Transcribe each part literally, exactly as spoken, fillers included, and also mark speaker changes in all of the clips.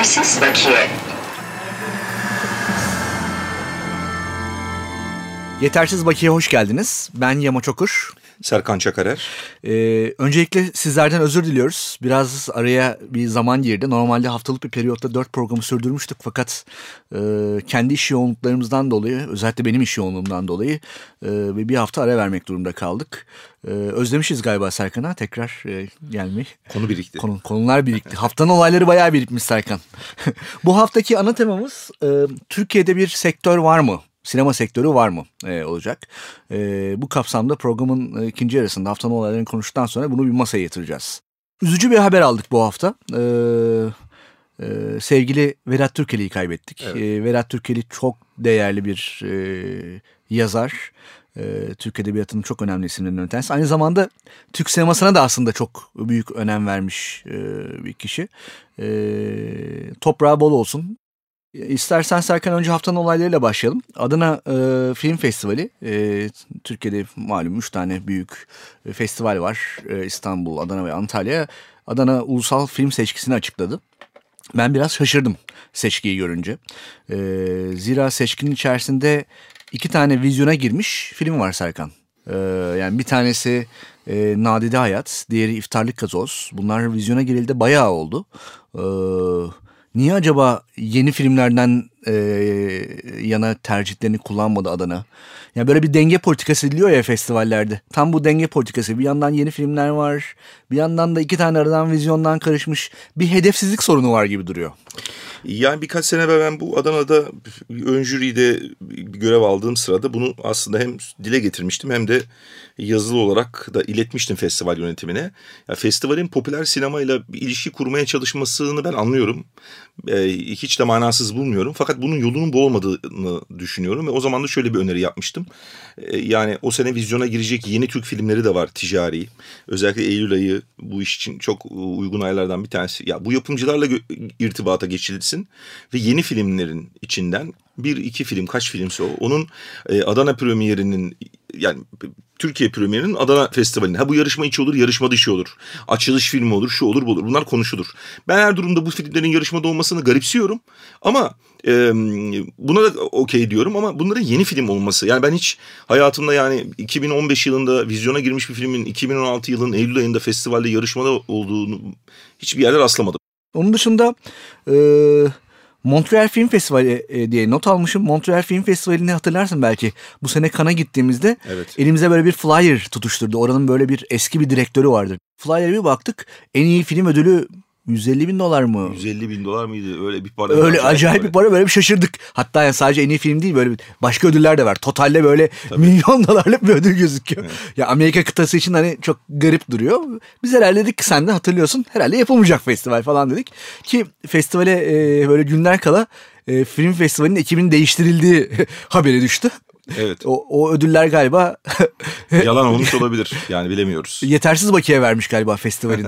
Speaker 1: Yetersiz bakiye.
Speaker 2: Yetersiz Bakiye hoş geldiniz. Ben Yamaç Okur.
Speaker 3: Serkan Çakarer.
Speaker 2: Ee, öncelikle sizlerden özür diliyoruz. Biraz araya bir zaman girdi. Normalde haftalık bir periyotta dört programı sürdürmüştük. Fakat e, kendi iş yoğunluklarımızdan dolayı, özellikle benim iş yoğunluğumdan dolayı e, bir hafta ara vermek durumunda kaldık. E, özlemişiz galiba Serkan'a tekrar e, gelmeyi.
Speaker 3: Konu birikti.
Speaker 2: Konu, konular birikti. Haftanın olayları bayağı birikmiş Serkan. Bu haftaki ana temamız e, Türkiye'de bir sektör var mı? Sinema sektörü var mı e, olacak. E, bu kapsamda programın e, ikinci yarısında haftanın olaylarını konuştuktan sonra bunu bir masaya yatıracağız. Üzücü bir haber aldık bu hafta. E, e, sevgili Vedat Türkeli'yi kaybettik.
Speaker 3: Evet.
Speaker 2: E, Vedat Türkeli çok değerli bir e, yazar. E, Türk Edebiyatı'nın çok önemli isimlerinden bir tanesi. Aynı zamanda Türk sinemasına da aslında çok büyük önem vermiş e, bir kişi. E, toprağı bol olsun. İstersen Serkan önce haftanın olaylarıyla başlayalım. Adana e, Film Festivali, e, Türkiye'de malum üç tane büyük e, festival var. E, İstanbul, Adana ve Antalya. Adana Ulusal Film Seçkisi'ni açıkladı. Ben biraz şaşırdım seçkiyi görünce. E, zira seçkinin içerisinde iki tane vizyona girmiş film var Serkan. E, yani bir tanesi e, Nadide Hayat, diğeri İftarlık Gazoz. Bunlar vizyona girildi, bayağı oldu. Evet. Niye acaba yeni filmlerden e, yana tercihlerini kullanmadı Adana? Yani böyle bir denge politikası ediliyor ya festivallerde. Tam bu denge politikası. Bir yandan yeni filmler var. Bir yandan da iki tane aradan vizyondan karışmış bir hedefsizlik sorunu var gibi duruyor.
Speaker 3: Yani birkaç sene evvel ben bu Adana'da ön jüride bir görev aldığım sırada bunu aslında hem dile getirmiştim hem de yazılı olarak da iletmiştim festival yönetimine. Ya festivalin popüler sinemayla bir ilişki kurmaya çalışmasını ben anlıyorum. Ee, hiç de manasız bulmuyorum. Fakat bunun yolunun bu olmadığını düşünüyorum ve o zaman da şöyle bir öneri yapmıştım. Ee, yani o sene vizyona girecek yeni Türk filmleri de var ticari. Özellikle Eylül ayı bu iş için çok uygun aylardan bir tanesi. Ya bu yapımcılarla gö- irtibata geçilsin ve yeni filmlerin içinden bir iki film, kaç filmse o, onun e, Adana premierinin, yani Türkiye premierinin Adana Festivali'nin. Ha bu yarışma içi olur, yarışma dışı olur. Açılış filmi olur, şu olur, bu olur. Bunlar konuşulur. Ben her durumda bu filmlerin yarışmada olmasını garipsiyorum. Ama e, buna da okey diyorum ama bunların yeni film olması. Yani ben hiç hayatımda yani iki bin on beş yılında vizyona girmiş bir filmin iki bin on altı yılının Eylül ayında festivalde yarışmada olduğunu hiçbir yerde rastlamadım.
Speaker 2: Onun dışında e, Montreal Film Festivali e, diye not almışım. Montreal Film Festivali'ni hatırlarsın belki. Bu sene Cannes'a gittiğimizde
Speaker 3: Evet.
Speaker 2: Elimize böyle bir flyer tutuşturdu. Oranın böyle bir eski bir direktörü vardır. Flyer'e bir baktık. En iyi film ödülü yüz elli bin dolar mı?
Speaker 3: yüz elli bin dolar mıydı? Öyle bir para.
Speaker 2: Öyle
Speaker 3: acayip,
Speaker 2: acayip bir para, böyle bir şaşırdık. Hatta yani sadece en iyi film değil, böyle başka ödüller de var. Totalde böyle Tabii. milyon dolarlık bir ödül gözüküyor. Evet. Ya Amerika kıtası için hani çok garip duruyor. Biz herhalde dedik ki sen de hatırlıyorsun. Herhalde yapılmayacak festival falan dedik. Ki festivale e, böyle günler kala e, film festivalinin ekibinin değiştirildiği haberi düştü.
Speaker 3: Evet.
Speaker 2: O, o ödüller galiba
Speaker 3: yalan olmuş olabilir. Yani bilemiyoruz.
Speaker 2: Yetersiz bakiye vermiş galiba festivalin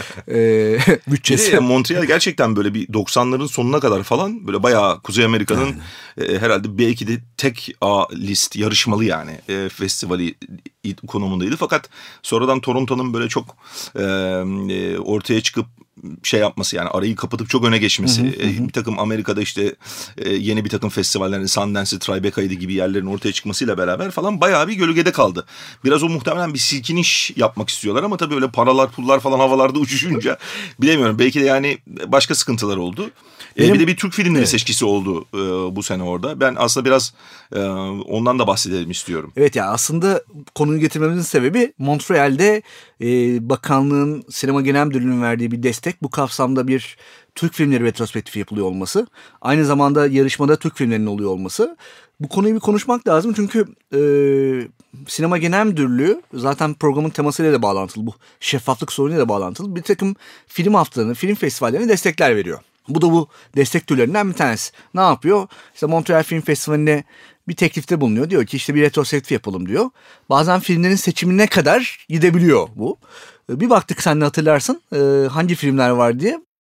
Speaker 2: e, bütçesi.
Speaker 3: Bir de Montreal gerçekten böyle bir doksanların sonuna kadar falan böyle bayağı Kuzey Amerika'nın e, herhalde belki de tek A list yarışmalı yani e, festivali konumundaydı. Fakat sonradan Toronto'nun böyle çok e, e, ortaya çıkıp şey yapması, yani arayı kapatıp çok öne geçmesi, hı hı hı. bir takım Amerika'da işte yeni bir takım festivallerin Sundance'ı, Tribeca'ydı gibi yerlerin ortaya çıkmasıyla beraber falan bayağı bir gölgede kaldı. Biraz o muhtemelen bir silkiniş yapmak istiyorlar ama tabii öyle paralar pullar falan havalarda uçuşunca bilemiyorum, belki de yani başka sıkıntılar oldu. Benim, bir de bir Türk filmleri evet. seçkisi oldu e, bu sene orada. Ben aslında biraz e, ondan da bahsedelim istiyorum.
Speaker 2: Evet ya, aslında konuyu getirmemizin sebebi Montreal'de e, bakanlığın sinema genel müdürlüğünün verdiği bir destek. Bu kapsamda bir Türk filmleri retrospektifi yapılıyor olması. Aynı zamanda yarışmada Türk filmlerinin oluyor olması. Bu konuyu bir konuşmak lazım çünkü e, sinema genel müdürlüğü zaten programın temasıyla da bağlantılı. Bu şeffaflık sorunuyla da bağlantılı. Bir takım film haftalarını, film festivallerine destekler veriyor. Bu da bu destek türlerinden bir tanesi. Ne yapıyor? İşte Montreal Film Festivali'ne bir teklifte bulunuyor. Diyor ki işte bir retrospektif yapalım diyor. Bazen filmlerin seçimine kadar gidebiliyor bu. Bir baktık, sen de hatırlarsın hangi filmler var diye.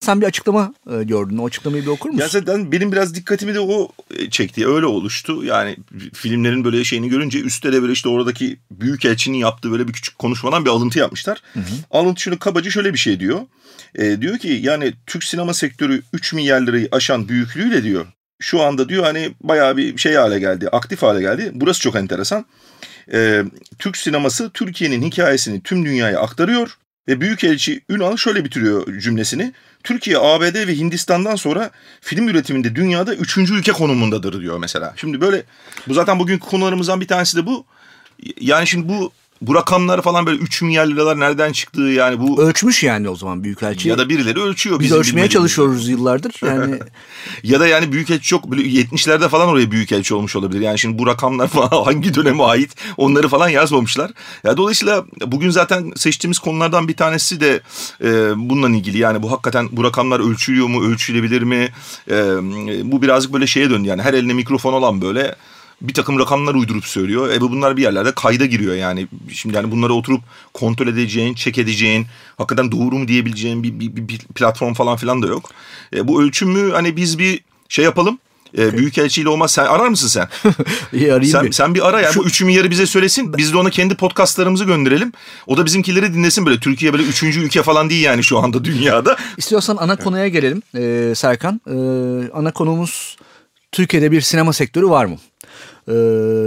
Speaker 2: Sen bir açıklama e, gördün. O açıklamayı bir okur musun?
Speaker 3: Ya zaten benim biraz dikkatimi de o çekti. Öyle oluştu. Yani filmlerin böyle şeyini görünce üstte de böyle işte oradaki büyükelçinin yaptığı böyle bir küçük konuşmadan bir alıntı yapmışlar. Hı hı. Alıntı şöyle kabaca şöyle bir şey diyor. E, diyor ki yani Türk sinema sektörü üç milyar lirayı aşan büyüklüğüyle diyor. Şu anda diyor hani bayağı bir şey hale geldi. Aktif hale geldi. Burası çok enteresan. E, Türk sineması Türkiye'nin hikayesini tüm dünyaya aktarıyor. Ve Büyükelçi Ünal şöyle bitiriyor cümlesini. Türkiye, A B D ve Hindistan'dan sonra film üretiminde dünyada üçüncü ülke konumundadır diyor mesela. Şimdi böyle bu zaten bugünkü konularımızdan bir tanesi de bu. Yani şimdi bu bu rakamlar falan böyle üç milyar liralar nereden çıktığı yani bu...
Speaker 2: Ölçmüş yani o zaman Büyükelçi.
Speaker 3: Ya da birileri ölçüyor.
Speaker 2: Biz ölçmeye çalışıyoruz yıllardır. Yani
Speaker 3: ya da yani Büyükelçi çok böyle yetmişlerde falan oraya Büyükelçi olmuş olabilir. Yani şimdi bu rakamlar falan hangi döneme ait onları falan yazmamışlar. Ya dolayısıyla bugün zaten seçtiğimiz konulardan bir tanesi de e, bununla ilgili. Yani bu hakikaten bu rakamlar ölçülüyor mu, ölçülebilir mi? E, bu birazcık böyle şeye döndü yani her eline mikrofon olan böyle... Bir takım rakamlar uydurup söylüyor. E bunlar bir yerlerde kayda giriyor yani. Şimdi yani bunları oturup kontrol edeceğin, check edeceğin, hakikaten doğru mu diyebileceğin bir, bir, bir platform falan filan da yok. E bu ölçümü hani biz bir şey yapalım. E, Büyükelçiyle olmaz. Sen arar mısın sen?
Speaker 2: İyi arayayım
Speaker 3: sen,
Speaker 2: bir.
Speaker 3: sen bir ara ya. Şu... Bu üç milyarı bize söylesin. Biz de ona kendi podcastlarımızı gönderelim. O da bizimkileri dinlesin böyle. Türkiye böyle üçüncü ülke falan değil yani şu anda dünyada.
Speaker 2: İstiyorsan ana konuya gelelim ee, Serkan. Ee, ana konumuz Türkiye'de bir sinema sektörü var mı? Ee,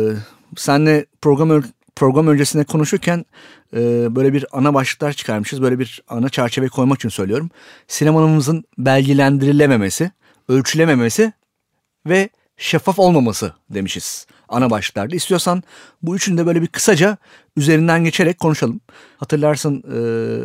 Speaker 2: senle program program öncesinde konuşurken e, böyle bir ana başlıklar çıkarmışız. Böyle bir ana çerçeve koymak için söylüyorum. Sinemanımızın belgelendirilememesi, ölçülememesi ve şeffaf olmaması demişiz ana başlıklarda. İstiyorsan bu üçünü de böyle bir kısaca üzerinden geçerek konuşalım. Hatırlarsın e,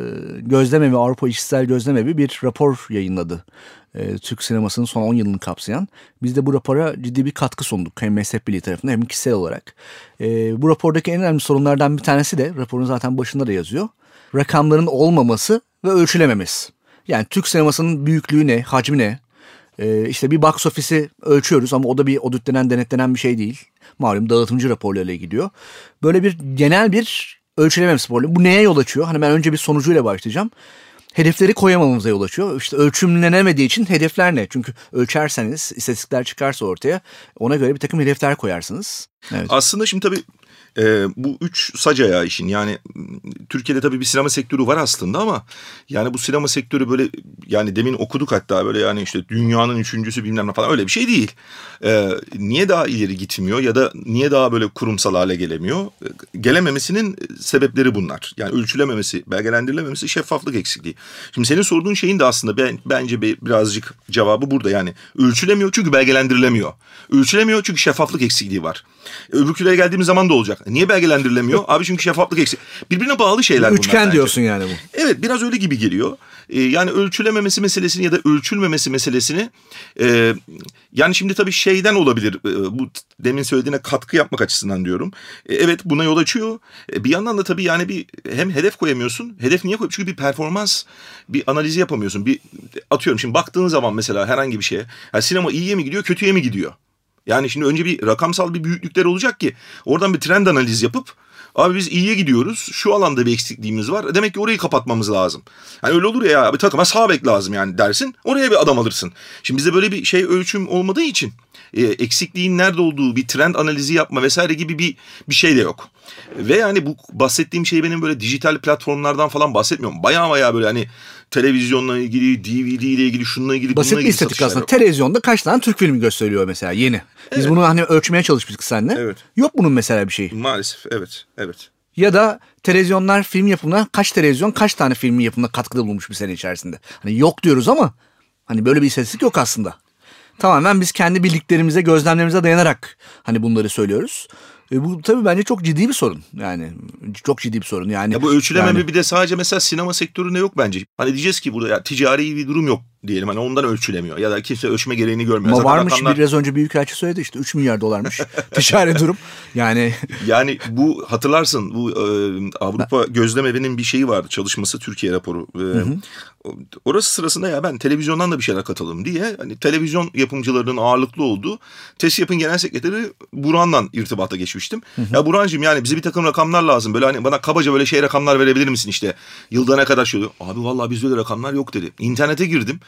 Speaker 2: Gözlem Evi, Avrupa İşitsel Gözlem Evi bir rapor yayınladı. E, Türk sinemasının son on yılını kapsayan. Biz de bu rapora ciddi bir katkı sunduk. Hem Meslek Birliği tarafından hem kişisel olarak. E, bu rapordaki en önemli sorunlardan bir tanesi de raporun zaten başında da yazıyor. Rakamların olmaması ve ölçülememesi. Yani Türk sinemasının büyüklüğü ne, hacmi ne? Ee, işte bir box office'i ölçüyoruz ama o da bir auditlenen, denetlenen bir şey değil. Malum dağıtımcı raporlarıyla gidiyor. Böyle bir genel bir ölçülememesi problemi. Bu neye yol açıyor? Hani ben önce bir sonucuyla başlayacağım. Hedefleri koyamamamıza yol açıyor. İşte ölçümlenemediği için hedefler ne? Çünkü ölçerseniz, istatistikler çıkarsa ortaya ona göre bir takım hedefler koyarsınız. Evet.
Speaker 3: Aslında şimdi tabii e, bu üç sac ayağı işin yani Türkiye'de tabii bir sinema sektörü var aslında ama yani bu sinema sektörü böyle yani demin okuduk hatta böyle yani işte dünyanın üçüncüsü bilmem ne falan öyle bir şey değil. E, niye daha ileri gitmiyor ya da niye daha böyle kurumsal hale gelemiyor? E, gelememesinin sebepleri bunlar. Yani ölçülememesi, belgelendirilememesi, şeffaflık eksikliği. Şimdi senin sorduğun şeyin de aslında ben, bence birazcık cevabı burada yani ölçülemiyor çünkü belgelendirilemiyor. Ölçülemiyor çünkü şeffaflık eksikliği var. Öbürkülere geldiğimiz zaman da olacak. Niye belgelendirilemiyor? Abi çünkü şeffaflık eksik. Birbirine bağlı şeyler bunlar.
Speaker 2: Üçgen diyorsun yani bu.
Speaker 3: Evet biraz öyle gibi geliyor. Ee, yani ölçülememesi meselesini ya da ölçülmemesi meselesini e, yani şimdi tabii şeyden olabilir. E, bu demin söylediğine katkı yapmak açısından diyorum. E, evet buna yol açıyor. E, bir yandan da tabii yani bir hem hedef koyamıyorsun. Hedef niye koyuyorsun? Çünkü bir performans, bir analizi yapamıyorsun. Bir atıyorum şimdi baktığın zaman mesela herhangi bir şeye. Yani sinema iyiye mi gidiyor, kötüye mi gidiyor? Yani şimdi önce bir rakamsal bir büyüklükler olacak ki oradan bir trend analiz yapıp abi biz iyiye gidiyoruz. Şu alanda bir eksikliğimiz var. Demek ki orayı kapatmamız lazım. Hani öyle olur ya bir takıma sağ bek lazım yani dersin. Oraya bir adam alırsın. Şimdi bizde böyle bir şey ölçüm olmadığı için e, eksikliğin nerede olduğu bir trend analizi yapma vesaire gibi bir bir şey de yok. Ve yani bu bahsettiğim şey benim böyle dijital platformlardan falan bahsetmiyorum. Baya baya böyle hani televizyonla ilgili, D V D ile ilgili, şununla ilgili,
Speaker 2: basit
Speaker 3: bununla ilgili
Speaker 2: istatistik aslında.
Speaker 3: yok.
Speaker 2: Televizyonda kaç tane Türk filmi gösteriyor mesela yeni. Biz evet. bunu hani ölçmeye çalışmıştık seninle.
Speaker 3: Evet.
Speaker 2: Yok bunun mesela bir şey.
Speaker 3: Maalesef evet, evet.
Speaker 2: Ya da televizyonlar film yapımına kaç televizyon kaç tane filmin yapımına katkıda bulunmuş bir sene içerisinde. Hani yok diyoruz ama hani böyle bir istatistik yok aslında. Tamamen biz kendi bildiklerimize, gözlemlerimize dayanarak hani bunları söylüyoruz. E bu tabii bence çok ciddi bir sorun. Yani çok ciddi bir sorun. Yani
Speaker 3: ya bu ölçülememe
Speaker 2: yani...
Speaker 3: bir de sadece mesela sinema sektöründe yok bence. Hani diyeceğiz ki burada ya ticari bir durum yok diyelim. Hani ondan ölçülemiyor ya da kimse ölçme gereğini görmüyor.
Speaker 2: Ama
Speaker 3: zaten
Speaker 2: varmış
Speaker 3: rakamlar...
Speaker 2: biraz önce Büyükelçi söyledi işte üç milyar dolarmış ticari durum. Yani
Speaker 3: yani bu hatırlarsın bu e, Avrupa Gözlem Evi'nin bir şeyi vardı çalışması Türkiye raporu. E, hı hı. Orası sırasında ya ben televizyondan da bir şeyler katalım diye hani televizyon yapımcılarının ağırlıklı olduğu TESİAP'ın genel sekreteri Burhan'la irtibata geçmiştim. Hı hı. Ya Burhan'cığım yani bize bir takım rakamlar lazım. Böyle hani bana kabaca böyle şey rakamlar verebilir misin işte? Yılda ne kadar şey oluyor? Abi vallahi bizde öyle rakamlar yok dedi. İnternete girdim.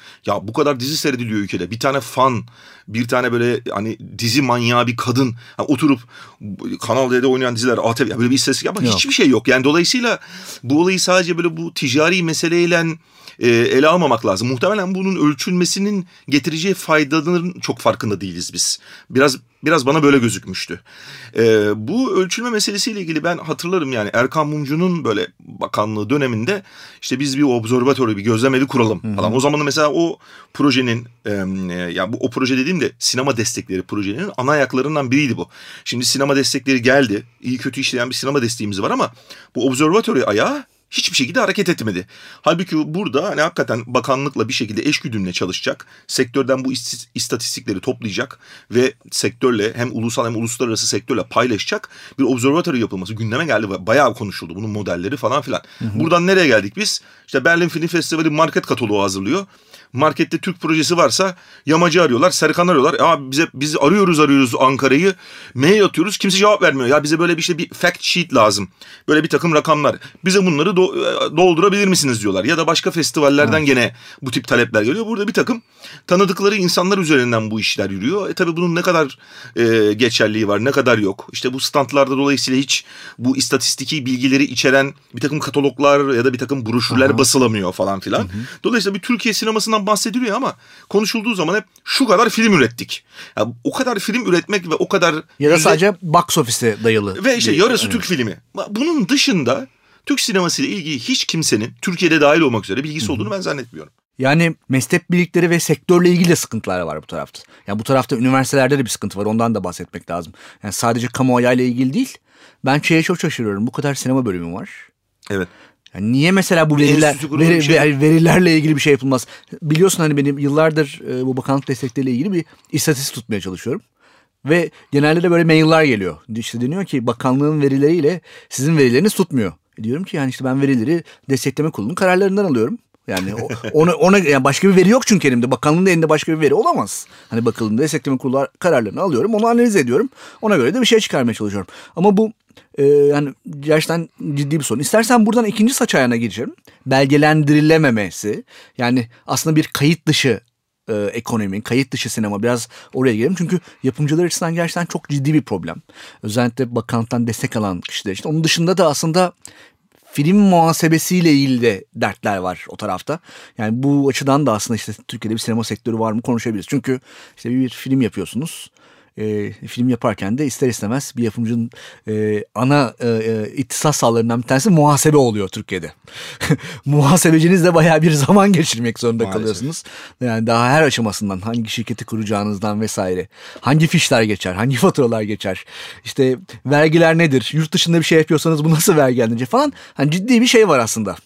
Speaker 3: Ya bu kadar dizi seyrediliyor ülkede. Bir tane fan, bir tane böyle hani dizi manyağı bir kadın hani oturup Kanal D'de oynayan diziler, A T V böyle bir istatistik ama hiçbir şey yok. Yani dolayısıyla bu olayı sadece böyle bu ticari meseleyle e, ele almamak lazım. Muhtemelen bunun ölçülmesinin getireceği faydaların çok farkında değiliz biz. Biraz biraz bana böyle gözükmüştü. E, bu ölçülme meselesiyle ilgili ben hatırlarım yani Erkan Mumcu'nun böyle bakanlığı döneminde işte biz bir observatory, bir gözlemevi kuralım falan. Hı hı. O zaman da mesela o projenin e, ya bu o proje dediğimde sinema destekleri projenin ana ayaklarından biriydi bu. Şimdi sinema destekleri geldi. İyi kötü işleyen bir sinema desteğimiz var ama bu observatory ayağı hiçbir şekilde hareket etmedi. Halbuki burada hani hakikaten bakanlıkla bir şekilde eşgüdümle çalışacak. Sektörden bu istatistikleri toplayacak ve sektörle hem ulusal hem uluslararası sektörle paylaşacak bir observatory yapılması gündeme geldi. Bayağı konuşuldu bunun modelleri falan filan. Hı hı. Buradan nereye geldik biz? İşte Berlin Film Festivali market kataloğu hazırlıyor. Markette Türk projesi varsa yamacı arıyorlar, Serkan arıyorlar. Ya bize biz arıyoruz arıyoruz Ankara'yı. Mail atıyoruz. Kimse cevap vermiyor. Ya bize böyle bir işte bir fact sheet lazım. Böyle bir takım rakamlar. Bize bunları do- doldurabilir misiniz diyorlar. Ya da başka festivallerden evet. Gene bu tip talepler geliyor. Burada bir takım tanıdıkları insanlar üzerinden bu işler yürüyor. E tabii bunun ne kadar e, geçerliği var, ne kadar yok. İşte bu standlarda dolayısıyla hiç bu istatistiki bilgileri içeren bir takım kataloglar ya da bir takım broşürler Aha. basılamıyor falan filan. Hı hı. Dolayısıyla bir Türkiye sinemasından bahsediliyor ama konuşulduğu zaman hep şu kadar film ürettik. Yani o kadar film üretmek ve o kadar...
Speaker 2: Ya da sadece yüzde... box office'e dayalı.
Speaker 3: Ve işte yarısı Türk filmi. Bunun dışında Türk sinemasıyla ilgili hiç kimsenin Türkiye'de dahil olmak üzere bilgisi olduğunu ben zannetmiyorum.
Speaker 2: Yani meslek birlikleri ve sektörle ilgili de sıkıntılar var bu tarafta. Yani bu tarafta üniversitelerde de bir sıkıntı var. Ondan da bahsetmek lazım. Yani sadece kamuoyuyla ilgili değil. Ben şeye çok şaşırıyorum. Bu kadar sinema bölümü var.
Speaker 3: Evet.
Speaker 2: Yani niye mesela bu veriler veri, şey. verilerle ilgili bir şey yapılmaz? Biliyorsun hani benim yıllardır e, bu bakanlık destekleriyle ilgili bir istatistik tutmaya çalışıyorum. Ve genelde de böyle mailler geliyor. İşte deniyor ki bakanlığın verileriyle sizin verileriniz tutmuyor. E diyorum ki yani işte ben verileri destekleme kurulunun kararlarından alıyorum. Yani ona, ona yani başka bir veri yok çünkü elimde. Bakanlığın elinde başka bir veri olamaz. Hani bakıldığında destekleme kurulu kararlarını alıyorum. Onu analiz ediyorum. Ona göre de bir şey çıkarmaya çalışıyorum. Ama bu e, yani gerçekten ciddi bir sorun. İstersen buradan ikinci saç ayağına gireceğim. Belgelendirilememesi. Yani aslında bir kayıt dışı e, ekonomi, kayıt dışı sinema. Biraz oraya girelim. Çünkü yapımcılar açısından gerçekten çok ciddi bir problem. Özellikle bakanlıktan destek alan kişiler için. Onun dışında da aslında film muhasebesiyle ilgili de dertler var o tarafta. Yani bu açıdan da aslında işte Türkiye'de bir sinema sektörü var mı konuşabiliriz. Çünkü işte bir film yapıyorsunuz. E, film yaparken de ister istemez bir yapımcının e, ana e, ihtisas sahalarından bir tanesi muhasebe oluyor Türkiye'de. Muhasebecinizle bayağı bir zaman geçirmek zorunda Maalesef. kalıyorsunuz. Yani daha her aşamasından hangi şirketi kuracağınızdan vesaire. Hangi fişler geçer, hangi faturalar geçer. İşte vergiler nedir? Yurt dışında bir şey yapıyorsanız bu nasıl vergilenecek falan. Hani ciddi bir şey var aslında.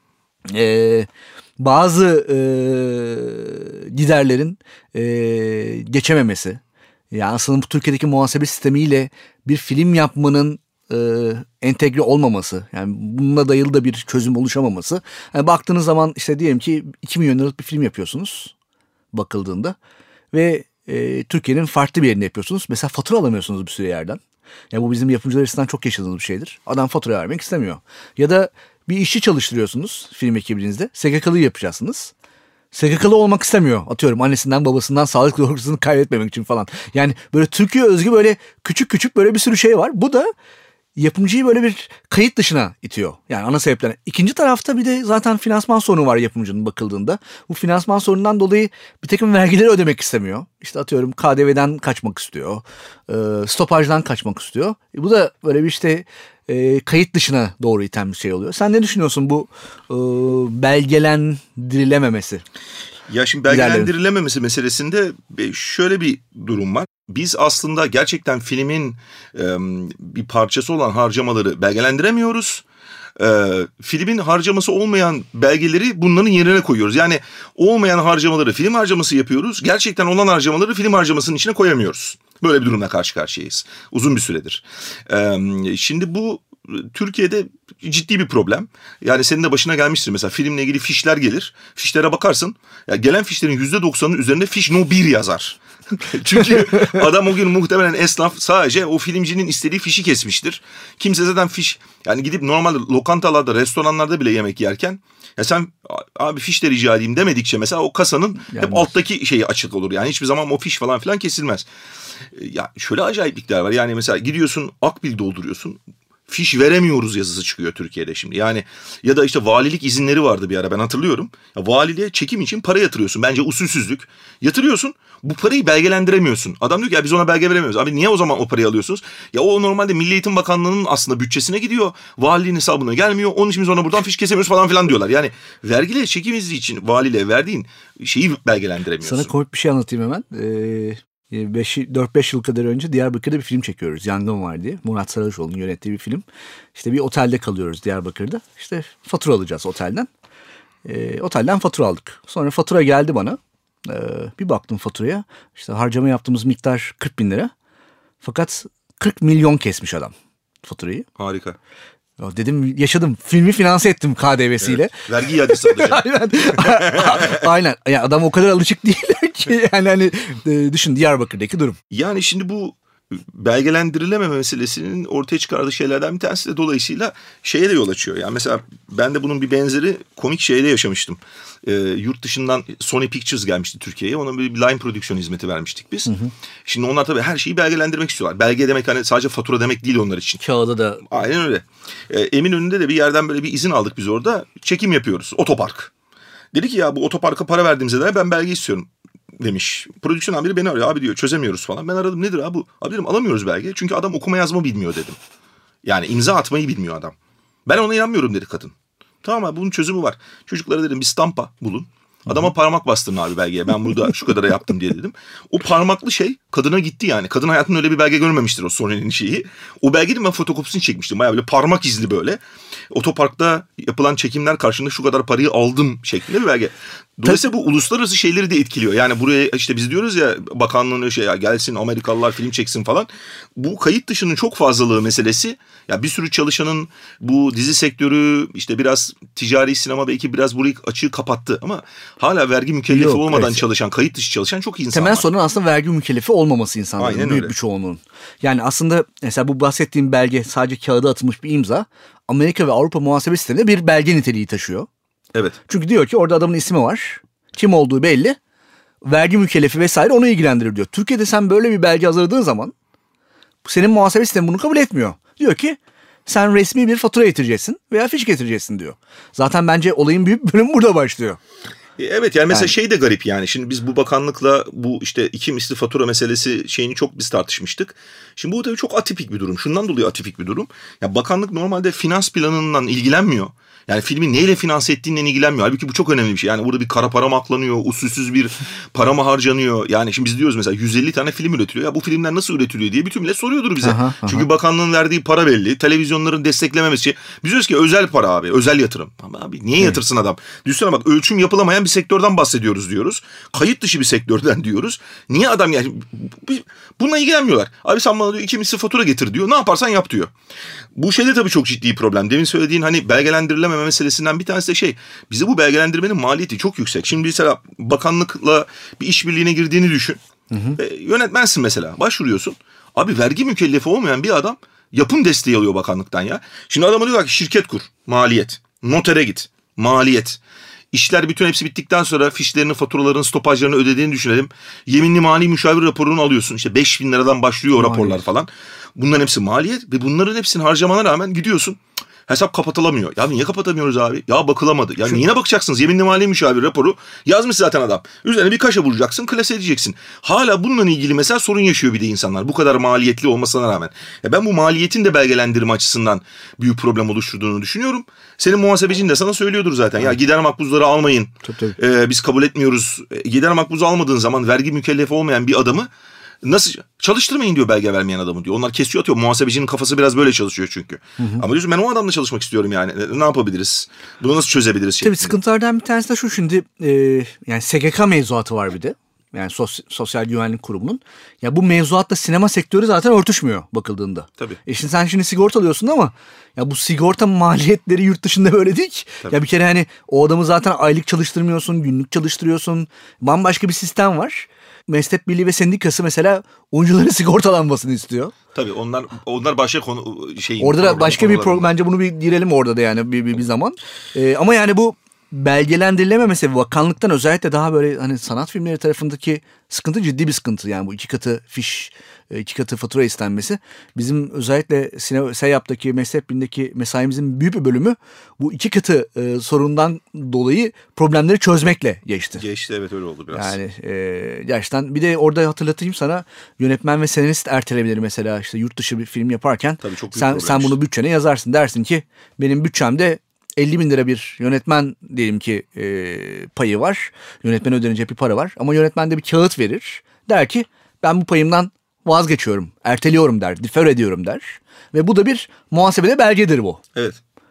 Speaker 2: Eee... Bazı e, giderlerin e, geçememesi. Yani aslında bu Türkiye'deki muhasebe sistemiyle bir film yapmanın e, entegre olmaması. Yani bununla dayalı da bir çözüm oluşamaması. Yani baktığınız zaman işte diyelim ki iki milyon liralık bir film yapıyorsunuz bakıldığında. Ve e, Türkiye'nin farklı bir yerinde yapıyorsunuz. Mesela fatura alamıyorsunuz bir sürü yerden. Yani bu bizim yapımcılar açısından çok yaşadığımız bir şeydir. Adam fatura vermek istemiyor. Ya da bir işçi çalıştırıyorsunuz film ekibinizde. S G K'lı yapacaksınız. S G K'lı olmak istemiyor. Atıyorum annesinden babasından sağlık doğrultusunu kaybetmemek için falan. Yani böyle Türkiye özgü böyle küçük küçük böyle bir sürü şey var. Bu da yapımcıyı böyle bir kayıt dışına itiyor. Yani ana sebeplerden. İkinci tarafta bir de zaten finansman sorunu var yapımcının bakıldığında. Bu finansman sorunundan dolayı bir takım vergileri ödemek istemiyor. İşte atıyorum K D V'den kaçmak istiyor. E, stopajdan kaçmak istiyor. E, bu da böyle bir işte e, kayıt dışına doğru iten bir şey oluyor. Sen ne düşünüyorsun bu e, belgelendirilememesi?
Speaker 3: Ya şimdi belgelendirilememesi meselesinde şöyle bir durum var. Biz aslında gerçekten filmin e, bir parçası olan harcamaları belgelendiremiyoruz. E, filmin harcaması olmayan belgeleri bunların yerine koyuyoruz. Yani olmayan harcamaları film harcaması yapıyoruz. Gerçekten olan harcamaları film harcamasının içine koyamıyoruz. Böyle bir durumla karşı karşıyayız. Uzun bir süredir. E, şimdi bu Türkiye'de ciddi bir problem. Yani senin de başına gelmiştir. Mesela filmle ilgili fişler gelir. Fişlere bakarsın. Ya gelen fişlerin yüzde doksanının üzerinde fiş no bir yazar. Çünkü adam o gün muhtemelen esnaf sadece o filmcinin istediği fişi kesmiştir. Kimse zaten fiş, yani gidip normalde lokantalarda, restoranlarda bile yemek yerken ya sen abi fiş de rica edeyim demedikçe mesela o kasanın yani hep alttaki şeyi açık olur. Yani hiçbir zaman o fiş falan filan kesilmez. Ya şöyle acayiplikler var. Yani mesela gidiyorsun akbil dolduruyorsun. Fiş veremiyoruz yazısı çıkıyor Türkiye'de şimdi. Yani ya da işte valilik izinleri vardı bir ara, ben hatırlıyorum. Ya valiliğe çekim için para yatırıyorsun. Bence usulsüzlük. Yatırıyorsun. Bu parayı belgelendiremiyorsun. Adam diyor ki ya biz ona belge veremiyoruz. Abi niye o zaman o parayı alıyorsunuz? Ya o normalde Milli Eğitim Bakanlığı'nın aslında bütçesine gidiyor. Valiliğin hesabına gelmiyor. Onun için biz ona buradan fiş kesemiyoruz falan filan diyorlar. Yani vergiyle çekim izni için valiliğe verdiğin şeyi belgelendiremiyorsun.
Speaker 2: Sana komik bir şey anlatayım hemen. Ee... dört beş yıl kadar önce Diyarbakır'da bir film çekiyoruz. Yangın var diye. Murat Saraçoğlu'nun yönettiği bir film. İşte bir otelde kalıyoruz Diyarbakır'da. İşte fatura alacağız otelden. E, otelden fatura aldık. Sonra fatura geldi bana. E, bir baktım faturaya. İşte harcama yaptığımız miktar kırk bin lira. Fakat kırk milyon kesmiş adam faturayı.
Speaker 3: Harika.
Speaker 2: Ya dedim yaşadım. Filmi finanse ettim K D V'siyle.
Speaker 3: Evet, vergi iadesi alacağım.
Speaker 2: Aynen. Aynen. Yani adam o kadar alışık değil ki. Yani hani düşün Diyarbakır'daki durum.
Speaker 3: Yani şimdi bu belgelendirilememe meselesinin ortaya çıkardığı şeylerden bir tanesi de dolayısıyla şeye de yol açıyor. Yani mesela ben de bunun bir benzeri komik şeyde yaşamıştım. Ee, yurt dışından Sony Pictures gelmişti Türkiye'ye. Ona bir line prodüksiyon hizmeti vermiştik biz. Hı hı. Şimdi onlar tabii her şeyi belgelendirmek istiyorlar. Belge demek hani sadece fatura demek değil onlar için.
Speaker 2: Kağıda da.
Speaker 3: Aynen öyle. Ee, Eminönü'nde de bir yerden böyle bir izin aldık biz orada. Çekim yapıyoruz. Otopark. Dedi ki ya bu otoparka para verdiğimize dair ben belge istiyorum demiş. Prodüksiyon amiri beni arıyor. Abi diyor çözemiyoruz falan. Ben aradım nedir abi bu? Abi dedim alamıyoruz belge. Çünkü adam okuma yazma bilmiyor dedim. Yani imza atmayı bilmiyor adam. Ben ona inanmıyorum dedi kadın. Tamam abi bunun çözümü var. Çocuklara dedim bir stampa bulun. Adama parmak bastırın abi belgeye. Ben burada şu kadara yaptım diye dedim. O parmaklı şey kadına gitti yani. Kadın hayatında öyle bir belge görmemiştir o Sony'nin şeyi. O belgenin ben fotokopisini çekmiştim. Bayağı böyle parmak izli böyle. Otoparkta yapılan çekimler karşılığında şu kadar parayı aldım şeklinde bir belge. Dolayısıyla bu uluslararası şeyleri de etkiliyor. Yani buraya işte biz diyoruz ya bakanlığın şey ya gelsin Amerikalılar film çeksin falan. Bu kayıt dışının çok fazlalığı meselesi. Ya bir sürü çalışanın bu dizi sektörü işte biraz ticari sinema belki biraz burayı açığı kapattı ama hala vergi mükellefi Yok, olmadan evet. çalışan, kayıt dışı çalışan çok insan
Speaker 2: Temel
Speaker 3: var.
Speaker 2: Temel sorun aslında vergi mükellefi olmaması insanların. Aynen büyük öyle. Bir çoğunluğun. Yani aslında mesela bu bahsettiğim belge sadece kağıda atılmış bir imza. Amerika ve Avrupa muhasebe sisteminde bir belge niteliği taşıyor.
Speaker 3: Evet.
Speaker 2: Çünkü diyor ki orada adamın ismi var. Kim olduğu belli. Vergi mükellefi vesaire onu ilgilendirir diyor. Türkiye'de sen böyle bir belge hazırladığın zaman senin muhasebe sistemi bunu kabul etmiyor. Diyor ki sen resmi bir fatura getireceksin veya fiş getireceksin diyor. Zaten bence olayın büyük bölümü burada başlıyor.
Speaker 3: Evet yani mesela yani. Şey de garip yani. Şimdi biz bu bakanlıkla bu işte iki misli fatura meselesi şeyini çok biz tartışmıştık. Şimdi bu tabii çok atipik bir durum. Şundan dolayı atipik bir durum. Ya bakanlık normalde finans planından ilgilenmiyor. Yani filmi neyle finanse ettiğinden ilgilenmiyor. Halbuki bu çok önemli bir şey. Yani burada bir kara para mı aklanıyor, usulsüz bir para mı harcanıyor? Yani şimdi biz diyoruz mesela yüz elli tane film üretiliyor. Ya bu filmler nasıl üretiliyor diye bütün millet soruyordur bize. Aha, aha. Çünkü bakanlığın verdiği para belli. Televizyonların desteklememesi. Biz diyoruz ki özel para abi, özel yatırım. Ama abi niye yatırsın adam? Düşünsene bak ölçüm yapılamayan bir sektörden bahsediyoruz diyoruz. Kayıt dışı bir sektörden diyoruz. Niye adam yani bununla ilgilenmiyorlar. Abi sen bana diyor iki misli fatura getir diyor. Ne yaparsan yap diyor. Bu şeyde tabii çok ciddi problem. Demin söylediğin hani belgelendirilememe meselesinden bir tanesi de şey. Bize bu belgelendirmenin maliyeti çok yüksek. Şimdi mesela bakanlıkla bir işbirliğine girdiğini düşün. Hı hı. E, yönetmensin mesela. Başvuruyorsun. Abi vergi mükellefi olmayan bir adam yapım desteği alıyor bakanlıktan ya. Şimdi adama diyorlar ki şirket kur. Maliyet. Notere git. Maliyet. İşler bütün hepsi bittikten sonra fişlerini, faturalarını, stopajlarını ödediğini düşünelim. Yeminli mali müşavir raporunu alıyorsun. İşte beş bin liradan başlıyor o raporlar falan. Bunların hepsi maliyet ve bunların hepsini harcamana rağmen gidiyorsun. Hesap kapatılamıyor. Ya niye kapatamıyoruz abi? Ya bakılamadı. Ya Şu... neyine bakacaksınız? Yeminli mali müşavir raporu yazmış zaten adam. Üzerine bir kaşe vuracaksın, klase edeceksin. Hala bununla ilgili mesela sorun yaşıyor bir de insanlar. Bu kadar maliyetli olmasına rağmen. Ya ben bu maliyetin de belgelendirme açısından büyük problem oluşturduğunu düşünüyorum. Senin muhasebecin de sana söylüyordur zaten. Ya gider makbuzları almayın. Tabii, tabii. Ee, biz kabul etmiyoruz. Gider makbuzu almadığın zaman vergi mükellefi olmayan bir adamı nasıl çalıştırmayın diyor belge vermeyen adamı diyor. Onlar kesiyor atıyor. Muhasebecinin kafası biraz böyle çalışıyor çünkü. Hı hı. Ama diyorsun ben o adamla çalışmak istiyorum yani. Ne yapabiliriz? Bunu nasıl çözebiliriz?
Speaker 2: Tabii sıkıntılardan bir tanesi de şu şimdi e, yani S G K mevzuatı var bir de. Yani sos, Sosyal Güvenlik Kurumu'nun. Ya bu mevzuatla sinema sektörü zaten örtüşmüyor bakıldığında.
Speaker 3: Tabii.
Speaker 2: E şimdi sen şimdi sigorta alıyorsun ama ya bu sigorta maliyetleri yurt dışında böyle değil ki.
Speaker 3: Tabii.
Speaker 2: Ya bir kere hani o adamı zaten aylık çalıştırmıyorsun, günlük çalıştırıyorsun. Bambaşka bir sistem var. Meslek Birliği ve Sendikası mesela oyuncuların sigortalanmasını istiyor.
Speaker 3: Tabii onlar onlar başka konu şey.
Speaker 2: Orada da başka bir program, bence bunu bir girelim orada da yani bir, bir, bir zaman. Ee, ama yani bu belgelendirilememesi bakanlıktan özellikle daha böyle hani sanat filmleri tarafındaki sıkıntı ciddi bir sıkıntı. Yani bu iki katı fiş, iki katı fatura istenmesi. Bizim özellikle sinema SEYAP'taki meslek birliğindeki mesaimizin büyük bir bölümü bu iki katı e, sorundan dolayı problemleri çözmekle geçti.
Speaker 3: Geçti, evet, öyle oldu biraz.
Speaker 2: Yani e, gerçekten bir de orada hatırlatayım sana, yönetmen ve senarist ertelemeleri mesela işte yurt dışı bir film yaparken
Speaker 3: Tabii çok büyük
Speaker 2: sen, sen bunu bütçene yazarsın, dersin ki benim bütçemde elli bin lira bir yönetmen diyelim ki e, payı var. Yönetmene ödenecek bir para var. Ama yönetmen de bir kağıt verir. Der ki ben bu payımdan vazgeçiyorum, erteliyorum der, defer ediyorum der. Ve bu da bir muhasebede belgedir bu.
Speaker 3: Evet.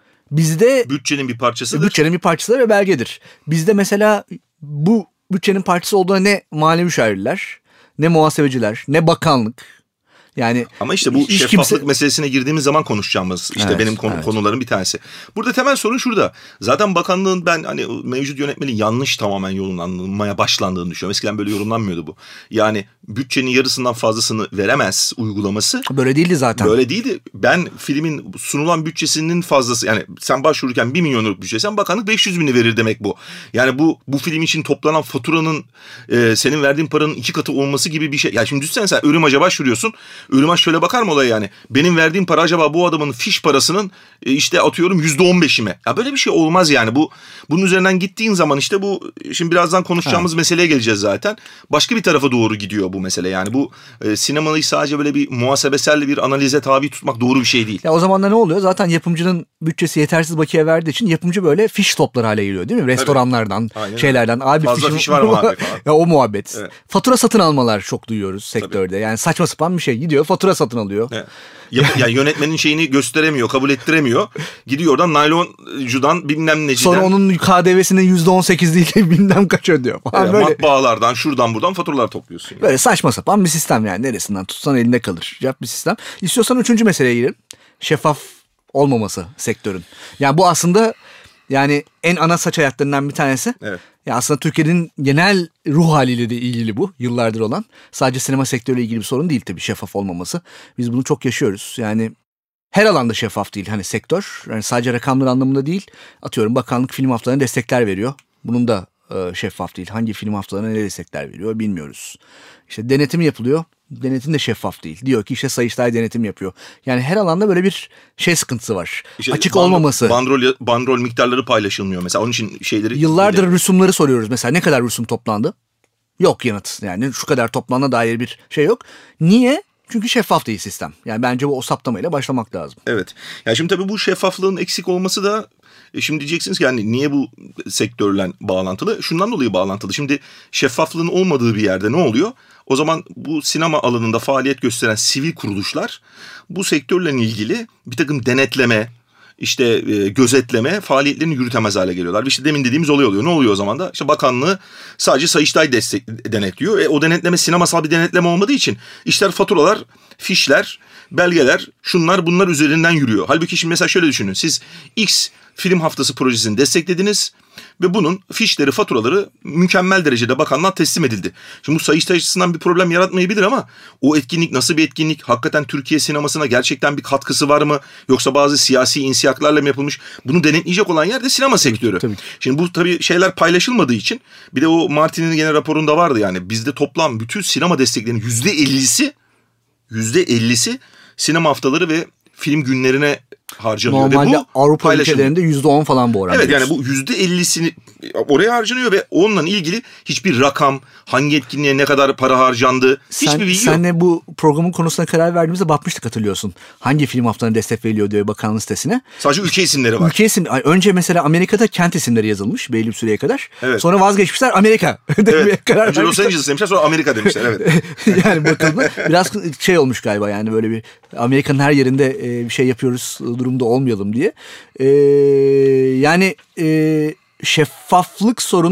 Speaker 2: Bizde
Speaker 3: bütçenin bir parçasıdır.
Speaker 2: Bütçenin bir parçasıdır ve belgedir. Bizde mesela bu bütçenin parçası olduğuna ne mali müşavirler, ne muhasebeciler, ne bakanlık. Yani
Speaker 3: ama işte bu şeffaflık kimse... meselesine girdiğimiz zaman konuşacağımız işte evet, benim konu, evet. konuların bir tanesi. Burada temel sorun şurada. Zaten bakanlığın ben hani mevcut yönetmenin yanlış tamamen yorumlanmaya başlandığını düşünüyorum. Eskiden böyle yorumlanmıyordu bu. Yani bütçenin yarısından fazlasını veremez uygulaması.
Speaker 2: Böyle değildi zaten.
Speaker 3: Böyle değildi. Ben filmin sunulan bütçesinin fazlası, yani sen başvururken bir milyonluk bütçesen bakanlık beş yüz bini verir demek bu. Yani bu bu film için toplanan faturanın e, senin verdiğin paranın iki katı olması gibi bir şey. Ya şimdi düşünsene sen Ürümaç'a başvuruyorsun. Ürümaç şöyle bakar mı olaya yani? Benim verdiğim para acaba bu adamın fiş parasının e, işte atıyorum yüzde on beşi mi? Ya böyle bir şey olmaz yani. Bu bunun üzerinden gittiğin zaman işte bu şimdi birazdan konuşacağımız ha. meseleye geleceğiz zaten. Başka bir tarafa doğru gidiyor bu mesele. Yani bu e, sinemayı sadece böyle bir muhasebesel bir analize tabi tutmak doğru bir şey değil.
Speaker 2: Ya o zaman da ne oluyor? Zaten yapımcının bütçesi yetersiz bakiye verdiği için yapımcı böyle fiş toplar hale geliyor değil mi? Restoranlardan, evet. şeylerden. Abi
Speaker 3: fazla fişim, fiş var mı abi falan.
Speaker 2: Ya o muhabbet. Evet. Fatura satın almalar çok duyuyoruz sektörde. Tabii. Yani saçma sapan bir şey. Gidiyor fatura satın alıyor.
Speaker 3: Evet. Ya, yani yönetmenin şeyini gösteremiyor, kabul ettiremiyor. Gidiyor oradan nayloncudan bilmem neciden.
Speaker 2: Sonra onun K D V'sinin yüzde on sekiz değil bilmem kaç ödüyor falan.
Speaker 3: Evet, böyle. Matbaalardan şuradan buradan faturalar topluyorsun. Yani.
Speaker 2: Böyle saçma sapan bir sistem yani. Neresinden tutsan elinde kalır. Yap bir sistem. İstiyorsan üçüncü meseleye girelim. Şeffaf olmaması sektörün. Yani bu aslında yani en ana saç hayatlarından bir tanesi.
Speaker 3: Evet.
Speaker 2: Ya aslında Türkiye'nin genel ruh haliyle de ilgili bu. Yıllardır olan. Sadece sinema sektörüyle ilgili bir sorun değil tabii şeffaf olmaması. Biz bunu çok yaşıyoruz. Yani her alanda şeffaf değil hani sektör. Yani sadece rakamlar anlamında değil. Atıyorum bakanlık film haftalarına destekler veriyor. Bunun da e, şeffaf değil. Hangi film haftalarına ne destekler veriyor bilmiyoruz. İşte denetim yapılıyor. Denetim de şeffaf değil. Diyor ki işte Sayıştay denetim yapıyor. Yani her alanda böyle bir şey sıkıntısı var. İşte açık bandrol, olmaması.
Speaker 3: Bandrol, bandrol miktarları paylaşılmıyor mesela. Onun için şeyleri...
Speaker 2: Yıllardır bile... rüsumları soruyoruz. Mesela ne kadar rüsum toplandı? Yok yanıt. Yani şu kadar toplandığına dair bir şey yok. Niye? Çünkü şeffaf değil sistem. Yani bence bu o saptamayla başlamak lazım.
Speaker 3: Evet. Yani şimdi tabii bu şeffaflığın eksik olması da e şimdi diyeceksiniz ki yani niye bu sektörle bağlantılı? Şundan dolayı bağlantılı. Şimdi şeffaflığın olmadığı bir yerde ne oluyor? O zaman bu sinema alanında faaliyet gösteren sivil kuruluşlar bu sektörle ilgili bir takım denetleme, işte e, gözetleme faaliyetlerini yürütemez hale geliyorlar. İşte demin dediğimiz olay oluyor. Ne oluyor o zaman da? İşte bakanlığı sadece Sayıştay destek, denetliyor. E, o denetleme sinemasal bir denetleme olmadığı için işler faturalar, fişler, belgeler, şunlar bunlar üzerinden yürüyor. Halbuki şimdi mesela şöyle düşünün. Siz X film haftası projesini desteklediniz ve bunun fişleri, faturaları mükemmel derecede bakanlığa teslim edildi. Şimdi bu Sayıştay açısından bir problem yaratmayabilir ama o etkinlik nasıl bir etkinlik? Hakikaten Türkiye sinemasına gerçekten bir katkısı var mı? Yoksa bazı siyasi insiyaklarla mı yapılmış? Bunu denetleyecek olan yer de sinema sektörü. Tabii. Şimdi bu tabii şeyler paylaşılmadığı için bir de o Martin'in gene raporunda vardı yani bizde toplam bütün sinema desteklerinin yüzde ellisi yüzde ellisi sinema haftaları ve film günlerine harcanıyor.
Speaker 2: Normalde
Speaker 3: ve bu
Speaker 2: Avrupa ülkelerinde yüzde on falan bu oran.
Speaker 3: Evet yani bu yüzde ellisini oraya harcanıyor ve onunla ilgili hiçbir rakam, hangi etkinliğe ne kadar para harcandı,
Speaker 2: sen,
Speaker 3: hiçbir bilgi yok.
Speaker 2: Senle bu programın konusuna karar verdiğimizde bakmıştık hatırlıyorsun. Hangi film haftalarına destek veriliyor diye bakanlık sitesine.
Speaker 3: Sadece ülke isimleri var.
Speaker 2: Ülke isim, önce mesela Amerika'da kent isimleri yazılmış belli bir süreye kadar.
Speaker 3: Evet.
Speaker 2: Sonra vazgeçmişler Amerika demeye
Speaker 3: evet.
Speaker 2: karar
Speaker 3: önce Los Angeles demişler sonra Amerika demişler. Evet.
Speaker 2: Yani bakıldı biraz şey olmuş galiba yani böyle bir Amerika'nın her yerinde bir şey yapıyoruz durumda olmayalım diye. Ee, yani e, şeffaflık sorunu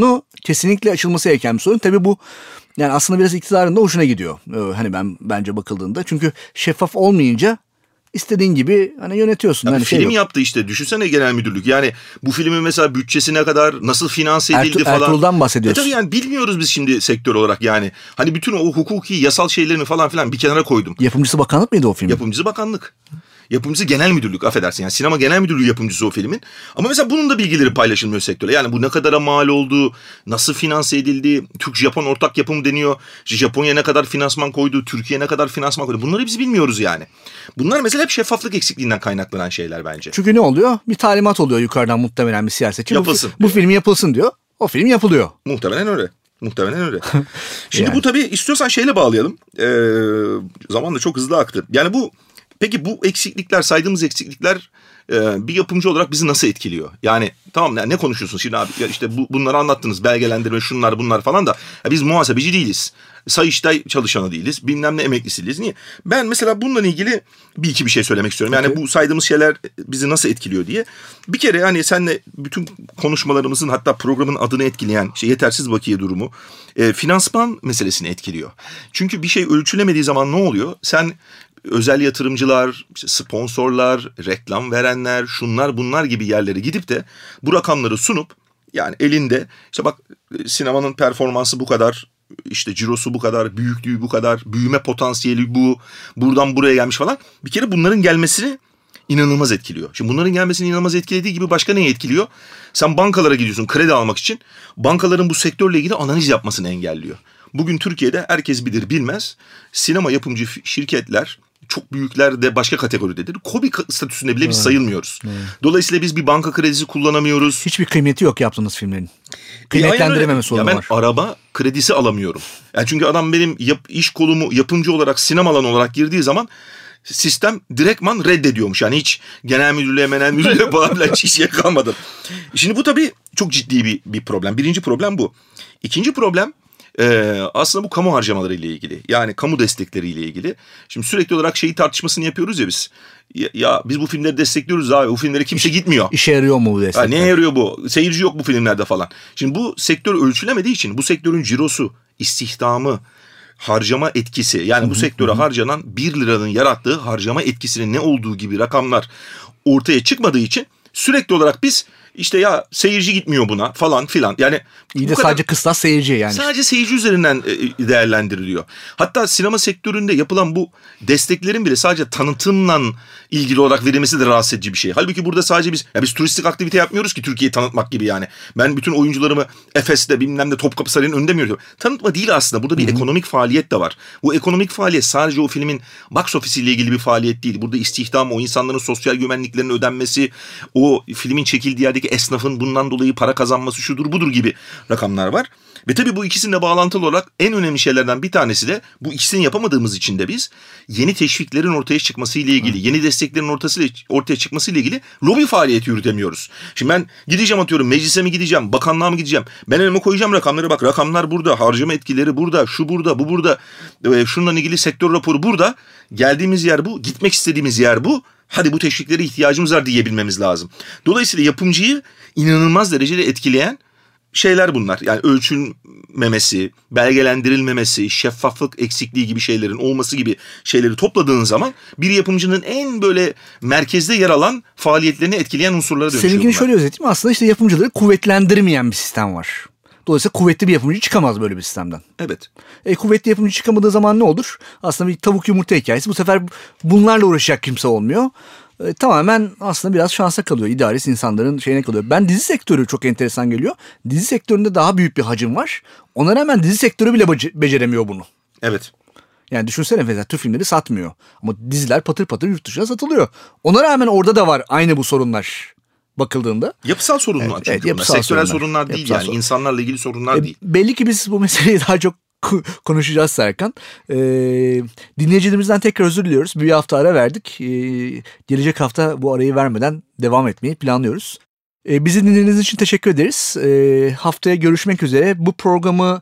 Speaker 2: kesinlikle açılması gereken bir sorun. Tabii bu yani aslında biraz iktidarın da hoşuna gidiyor. Ee, hani ben bence bakıldığında. Çünkü şeffaf olmayınca İstediğin gibi hani yönetiyorsun.
Speaker 3: Yani
Speaker 2: hani
Speaker 3: film
Speaker 2: şey
Speaker 3: yaptı işte. Düşünsene genel müdürlük. Yani bu filmin mesela bütçesi ne kadar, nasıl finanse edildi
Speaker 2: Ertuğ,
Speaker 3: falan.
Speaker 2: Ertuğrul'dan bahsediyorsun.
Speaker 3: E tabii yani bilmiyoruz biz şimdi sektör olarak yani. Hani bütün o hukuki, yasal şeylerini falan filan bir kenara koydum.
Speaker 2: Yapımcısı bakanlık mıydı o film?
Speaker 3: Yapımcısı bakanlık. Yapımcısı genel müdürlük, affedersin. Yani sinema genel müdürlüğü yapımcısı o filmin. Ama mesela bunun da bilgileri paylaşılmıyor sektörle. Yani bu ne kadara mal oldu, nasıl finanse edildi, Türk-Japon ortak yapım deniyor. Japonya ne kadar finansman koydu, Türkiye ne kadar finansman koydu. Bunları biz bilmiyoruz yani. Bunlar mesela hep şeffaflık eksikliğinden kaynaklanan şeyler bence.
Speaker 2: Çünkü ne oluyor? Bir talimat oluyor yukarıdan muhtemelen bir siyasetçi.
Speaker 3: Yapılsın.
Speaker 2: Bu, bu film yapılsın diyor. O film yapılıyor.
Speaker 3: Muhtemelen öyle. Muhtemelen öyle. Şimdi
Speaker 2: Yani.
Speaker 3: Bu tabii istiyorsan şeyle bağlayalım. Ee, zaman da çok hızlı aktı. Yani bu peki bu eksiklikler, saydığımız eksiklikler e, bir yapımcı olarak bizi nasıl etkiliyor? Yani tamam ne konuşuyorsun şimdi abi? Ya işte bu, bunları anlattınız. Belgelendirme şunlar bunlar falan da. Ya biz muhasebeci değiliz. Sayıştay çalışanı değiliz. Bilmem ne emeklisi değiliz. Niye? Ben mesela bununla ilgili bir iki bir şey söylemek istiyorum. Yani okay. Bu saydığımız şeyler bizi nasıl etkiliyor diye. Bir kere hani senle bütün konuşmalarımızın hatta programın adını etkileyen şey yetersiz bakiye durumu e, finansman meselesini etkiliyor. Çünkü bir şey ölçülemediği zaman ne oluyor? Sen özel yatırımcılar, işte sponsorlar, reklam verenler, şunlar bunlar gibi yerlere gidip de bu rakamları sunup yani elinde işte bak sinemanın performansı bu kadar, işte cirosu bu kadar, büyüklüğü bu kadar, büyüme potansiyeli bu, buradan buraya gelmiş falan. Bir kere bunların gelmesini inanılmaz etkiliyor. Şimdi bunların gelmesini inanılmaz etkilediği gibi başka neyi etkiliyor? Sen bankalara gidiyorsun kredi almak için. Bankaların bu sektörle ilgili analiz yapmasını engelliyor. Bugün Türkiye'de herkes bilir bilmez sinema yapımcı şirketler çok büyükler de başka kategoridedir. KOBİ statüsünde bile biz evet. sayılmıyoruz. Evet. Dolayısıyla biz bir banka kredisi kullanamıyoruz.
Speaker 2: Hiçbir kıymeti yok yaptığınız filmlerin. Kıymetlendirememe sorunu
Speaker 3: ya
Speaker 2: var.
Speaker 3: Ben araba kredisi alamıyorum. Yani çünkü adam benim yap, iş kolumu yapımcı olarak sinema alanı olarak girdiği zaman sistem direktman reddediyormuş. Yani hiç genel müdürlüğe, menel müdürlüğe falan bile hiç şeye kalmadım. Şimdi bu tabii çok ciddi bir, bir problem. Birinci problem bu. İkinci problem Ee, aslında bu kamu harcamaları ile ilgili, yani kamu destekleri ile ilgili. Şimdi sürekli olarak şeyi tartışmasını yapıyoruz ya biz. Ya, ya biz bu filmleri destekliyoruz abi, bu filmlere kimse İş, gitmiyor.
Speaker 2: İşe yarıyor mu bu destekler?
Speaker 3: Ya, neye yarıyor bu? Seyirci yok bu filmlerde falan. Şimdi bu sektör ölçülemediği için bu sektörün cirosu, istihdamı, harcama etkisi, yani bu sektöre harcanan bir liranın yarattığı harcama etkisinin ne olduğu gibi rakamlar ortaya çıkmadığı için sürekli olarak biz İşte ya seyirci gitmiyor buna falan filan. Yani
Speaker 2: İyi de sadece kıstas seyirci yani.
Speaker 3: Sadece seyirci üzerinden değerlendiriliyor. Hatta sinema sektöründe yapılan bu desteklerin bile sadece tanıtımla ilgili olarak verilmesi de rahatsız edici bir şey. Halbuki burada sadece biz ya biz turistik aktivite yapmıyoruz ki Türkiye'yi tanıtmak gibi yani. Ben bütün oyuncularımı Efes'te bilmem ne Topkapı Sarayı'nın önünde mi yürüyorum? Tanıtma değil aslında. Burada bir Hı-hı. ekonomik faaliyet de var. Bu ekonomik faaliyet sadece o filmin box office ile ilgili bir faaliyet değil. Burada istihdam, o insanların sosyal güvenliklerinin ödenmesi, o filmin çekildiği yerdeki esnafın bundan dolayı para kazanması şudur budur gibi rakamlar var. Ve tabii bu ikisinin de bağlantılı olarak en önemli şeylerden bir tanesi de bu ikisini yapamadığımız için de biz yeni teşviklerin ortaya çıkması ile ilgili, Hı. yeni desteklerin ortası, ortaya çıkması ile ilgili lobi faaliyeti yürütemiyoruz. Şimdi ben gideceğim atıyorum meclise mi gideceğim, bakanlığa mı gideceğim? Ben elime koyacağım rakamları, bak rakamlar burada, harcama etkileri burada, şu burada, bu burada, e, şununla ilgili sektör raporu burada. Geldiğimiz yer bu, gitmek istediğimiz yer bu. Hadi bu teşviklere ihtiyacımız var diyebilmemiz lazım. Dolayısıyla yapımcıyı inanılmaz derecede etkileyen şeyler bunlar. Yani ölçülmemesi, belgelendirilmemesi, şeffaflık eksikliği gibi şeylerin olması gibi şeyleri topladığın zaman bir yapımcının en böyle merkezde yer alan faaliyetlerini etkileyen unsurlara dönüşüyor.
Speaker 2: Seninkini şöyle özetleyeyim, aslında işte yapımcıları kuvvetlendirmeyen bir sistem var. Dolayısıyla kuvvetli bir yapımcı çıkamaz böyle bir sistemden.
Speaker 3: Evet.
Speaker 2: E, kuvvetli yapımcı çıkamadığı zaman ne olur? Aslında bir tavuk yumurta hikayesi. Bu sefer bunlarla uğraşacak kimse olmuyor. E, tamamen aslında biraz şansa kalıyor. İdaresi insanların şeyine kalıyor. Ben dizi sektörü çok enteresan geliyor. Dizi sektöründe daha büyük bir hacim var. Ona rağmen dizi sektörü bile bac- beceremiyor bunu.
Speaker 3: Evet.
Speaker 2: Yani düşünsene mesela Türk filmleri satmıyor. Ama diziler patır patır yurt dışına satılıyor. Ona rağmen orada da var aynı bu sorunlar. Bakıldığında.
Speaker 3: Yapısal sorunlar evet, çünkü evet, yapısal sektörel sorunlar, sorunlar değil yapısal yani sorun. İnsanlarla ilgili sorunlar e, değil.
Speaker 2: Belli ki biz bu meseleyi daha çok konuşacağız Serkan. Ee, dinleyicilerimizden tekrar özür diliyoruz. Bir hafta ara verdik. Ee, gelecek hafta bu arayı vermeden devam etmeyi planlıyoruz. Ee, bizi dinlediğiniz için teşekkür ederiz. Ee, haftaya görüşmek üzere. Bu programı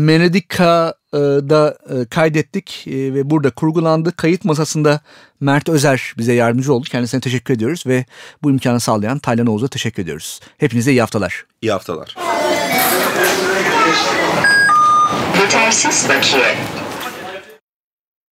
Speaker 2: Menedika'da e, kaydettik e, ve burada kurgulandı. Kayıt masasında Mert Özer bize yardımcı oldu. Kendisine teşekkür ediyoruz ve bu imkanı sağlayan Taylan Oğuz'a teşekkür ediyoruz. Hepinize iyi haftalar.
Speaker 3: İyi haftalar.
Speaker 1: Yetersiz bakiye.